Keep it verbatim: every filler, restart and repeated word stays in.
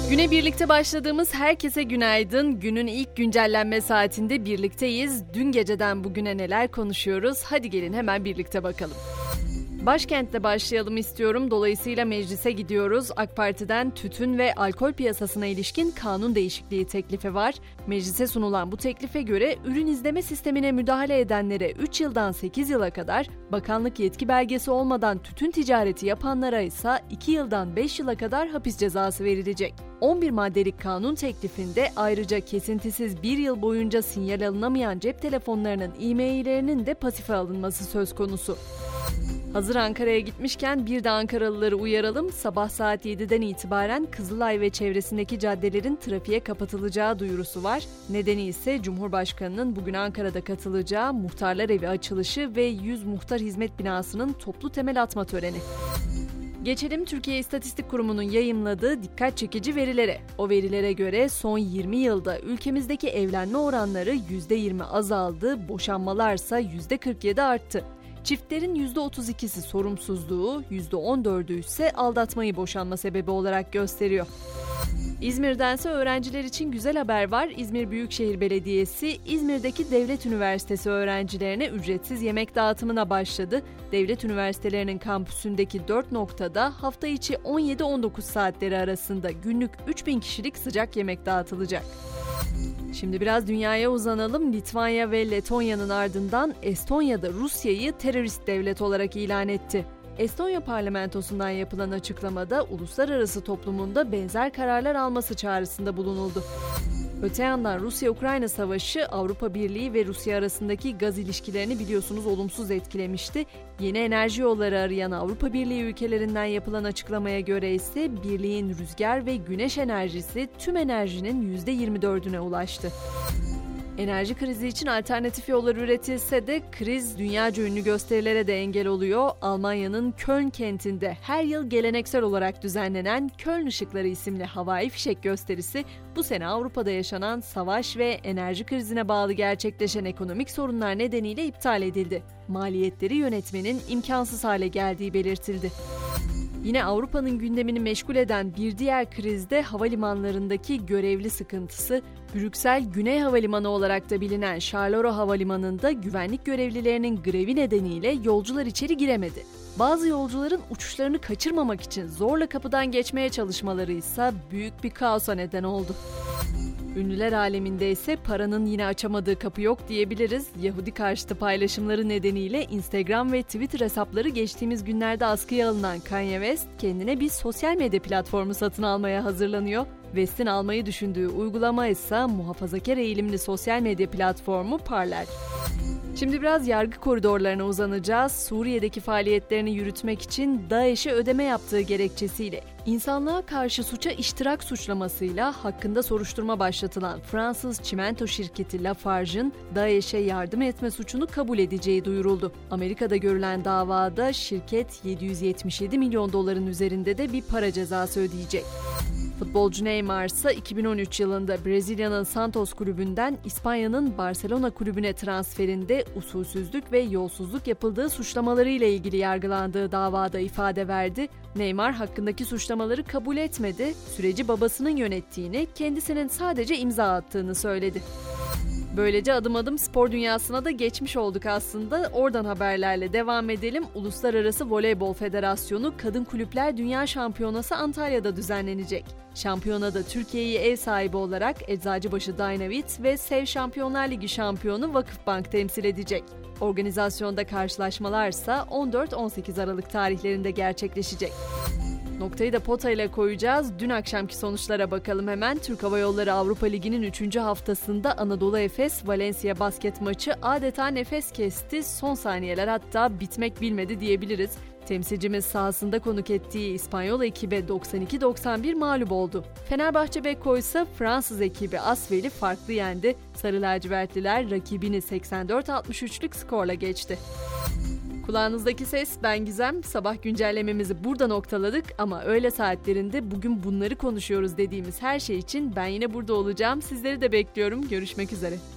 Güne birlikte başladığımız herkese günaydın. Günün ilk güncellenme saatinde birlikteyiz. Dün geceden bugüne neler konuşuyoruz? Hadi gelin hemen birlikte bakalım. Başkentle başlayalım istiyorum. Dolayısıyla meclise gidiyoruz. AK Parti'den tütün ve alkol piyasasına ilişkin kanun değişikliği teklifi var. Meclise sunulan bu teklife göre ürün izleme sistemine müdahale edenlere üç yıldan sekiz yıla kadar, bakanlık yetki belgesi olmadan tütün ticareti yapanlara ise iki yıldan beş yıla kadar hapis cezası verilecek. on bir maddelik kanun teklifinde ayrıca kesintisiz bir yıl boyunca sinyal alınamayan cep telefonlarının e-maillerinin de pasife alınması söz konusu. Hazır Ankara'ya gitmişken bir de Ankaralıları uyaralım. Sabah saat yediden itibaren Kızılay ve çevresindeki caddelerin trafiğe kapatılacağı duyurusu var. Nedeni ise Cumhurbaşkanı'nın bugün Ankara'da katılacağı Muhtarlar Evi açılışı ve yüz Muhtar Hizmet Binası'nın toplu temel atma töreni. Geçelim Türkiye İstatistik Kurumu'nun yayımladığı dikkat çekici verilere. O verilere göre son yirmi yılda ülkemizdeki evlenme oranları yüzde yirmi azaldı, boşanmalarsa yüzde kırk yedi arttı. Çiftlerin yüzde otuz ikisi sorumsuzluğu, yüzde on dördü ise aldatmayı boşanma sebebi olarak gösteriyor. İzmir'dense öğrenciler için güzel haber var. İzmir Büyükşehir Belediyesi, İzmir'deki Devlet Üniversitesi öğrencilerine ücretsiz yemek dağıtımına başladı. Devlet üniversitelerinin kampüsündeki dört noktada hafta içi on yedi on dokuz saatleri arasında günlük üç bin kişilik sıcak yemek dağıtılacak. Şimdi biraz dünyaya uzanalım. Litvanya ve Letonya'nın ardından Estonya'da Rusya'yı terörist devlet olarak ilan etti. Estonya parlamentosundan yapılan açıklamada uluslararası toplumunda benzer kararlar alması çağrısında bulunuldu. Öte yandan Rusya-Ukrayna savaşı Avrupa Birliği ve Rusya arasındaki gaz ilişkilerini biliyorsunuz olumsuz etkilemişti. Yeni enerji yolları arayan Avrupa Birliği ülkelerinden yapılan açıklamaya göre ise birliğin rüzgar ve güneş enerjisi tüm enerjinin yüzde yirmi dördüne ulaştı. Enerji krizi için alternatif yollar üretilse de kriz dünyaca ünlü gösterilere de engel oluyor. Almanya'nın Köln kentinde her yıl geleneksel olarak düzenlenen Köln Işıkları isimli havai fişek gösterisi bu sene Avrupa'da yaşanan savaş ve enerji krizine bağlı gerçekleşen ekonomik sorunlar nedeniyle iptal edildi. Maliyetleri yönetmenin imkansız hale geldiği belirtildi. Yine Avrupa'nın gündemini meşgul eden bir diğer krizde havalimanlarındaki görevli sıkıntısı. Brüksel Güney Havalimanı olarak da bilinen Charleroi Havalimanı'nda güvenlik görevlilerinin grevi nedeniyle yolcular içeri giremedi. Bazı yolcuların uçuşlarını kaçırmamak için zorla kapıdan geçmeye çalışmaları ise büyük bir kaosa neden oldu. Ünlüler aleminde ise paranın yine açamadığı kapı yok diyebiliriz. Yahudi karşıtı paylaşımları nedeniyle Instagram ve Twitter hesapları geçtiğimiz günlerde askıya alınan Kanye West kendine bir sosyal medya platformu satın almaya hazırlanıyor. West'in almayı düşündüğü uygulama ise muhafazakar eğilimli sosyal medya platformu Parler. Şimdi biraz yargı koridorlarına uzanacağız. Suriye'deki faaliyetlerini yürütmek için DAEŞ'e ödeme yaptığı gerekçesiyle insanlığa karşı suça iştirak suçlamasıyla hakkında soruşturma başlatılan Fransız çimento şirketi Lafarge'ın DAEŞ'e yardım etme suçunu kabul edeceği duyuruldu. Amerika'da görülen davada şirket yedi yüz yetmiş yedi milyon doların üzerinde de bir para cezası ödeyecek. Futbolcu Neymar ise iki bin on üç yılında Brezilya'nın Santos kulübünden İspanya'nın Barcelona kulübüne transferinde usulsüzlük ve yolsuzluk yapıldığı suçlamalarıyla ilgili yargılandığı davada ifade verdi. Neymar hakkındaki suçlamaları kabul etmedi, süreci babasının yönettiğini, kendisinin sadece imza attığını söyledi. Böylece adım adım spor dünyasına da geçmiş olduk aslında. Oradan haberlerle devam edelim. Uluslararası Voleybol Federasyonu Kadın Kulüpler Dünya Şampiyonası Antalya'da düzenlenecek. Şampiyonada Türkiye'yi ev sahibi olarak Eczacıbaşı Dynavit ve Sev Şampiyonlar Ligi şampiyonu Vakıfbank temsil edecek. Organizasyonda karşılaşmalarsa on dört on sekiz Aralık tarihlerinde gerçekleşecek. Noktayı da potayla koyacağız. Dün akşamki sonuçlara bakalım hemen. Türk Hava Yolları Avrupa Ligi'nin üçüncü haftasında Anadolu Efes Valencia basket maçı adeta nefes kesti. Son saniyeler hatta bitmek bilmedi diyebiliriz. Temsilcimiz sahasında konuk ettiği İspanyol ekibe doksan iki doksan bir mağlup oldu. Fenerbahçe Beko ise Fransız ekibi Asvel'i farklı yendi. Sarı lacivertliler rakibini seksen dört altmış üçlük skorla geçti. Kulağınızdaki ses ben Gizem. Sabah güncellememizi burada noktaladık ama öğle saatlerinde bugün bunları konuşuyoruz dediğimiz her şey için ben yine burada olacağım. Sizleri de bekliyorum. Görüşmek üzere.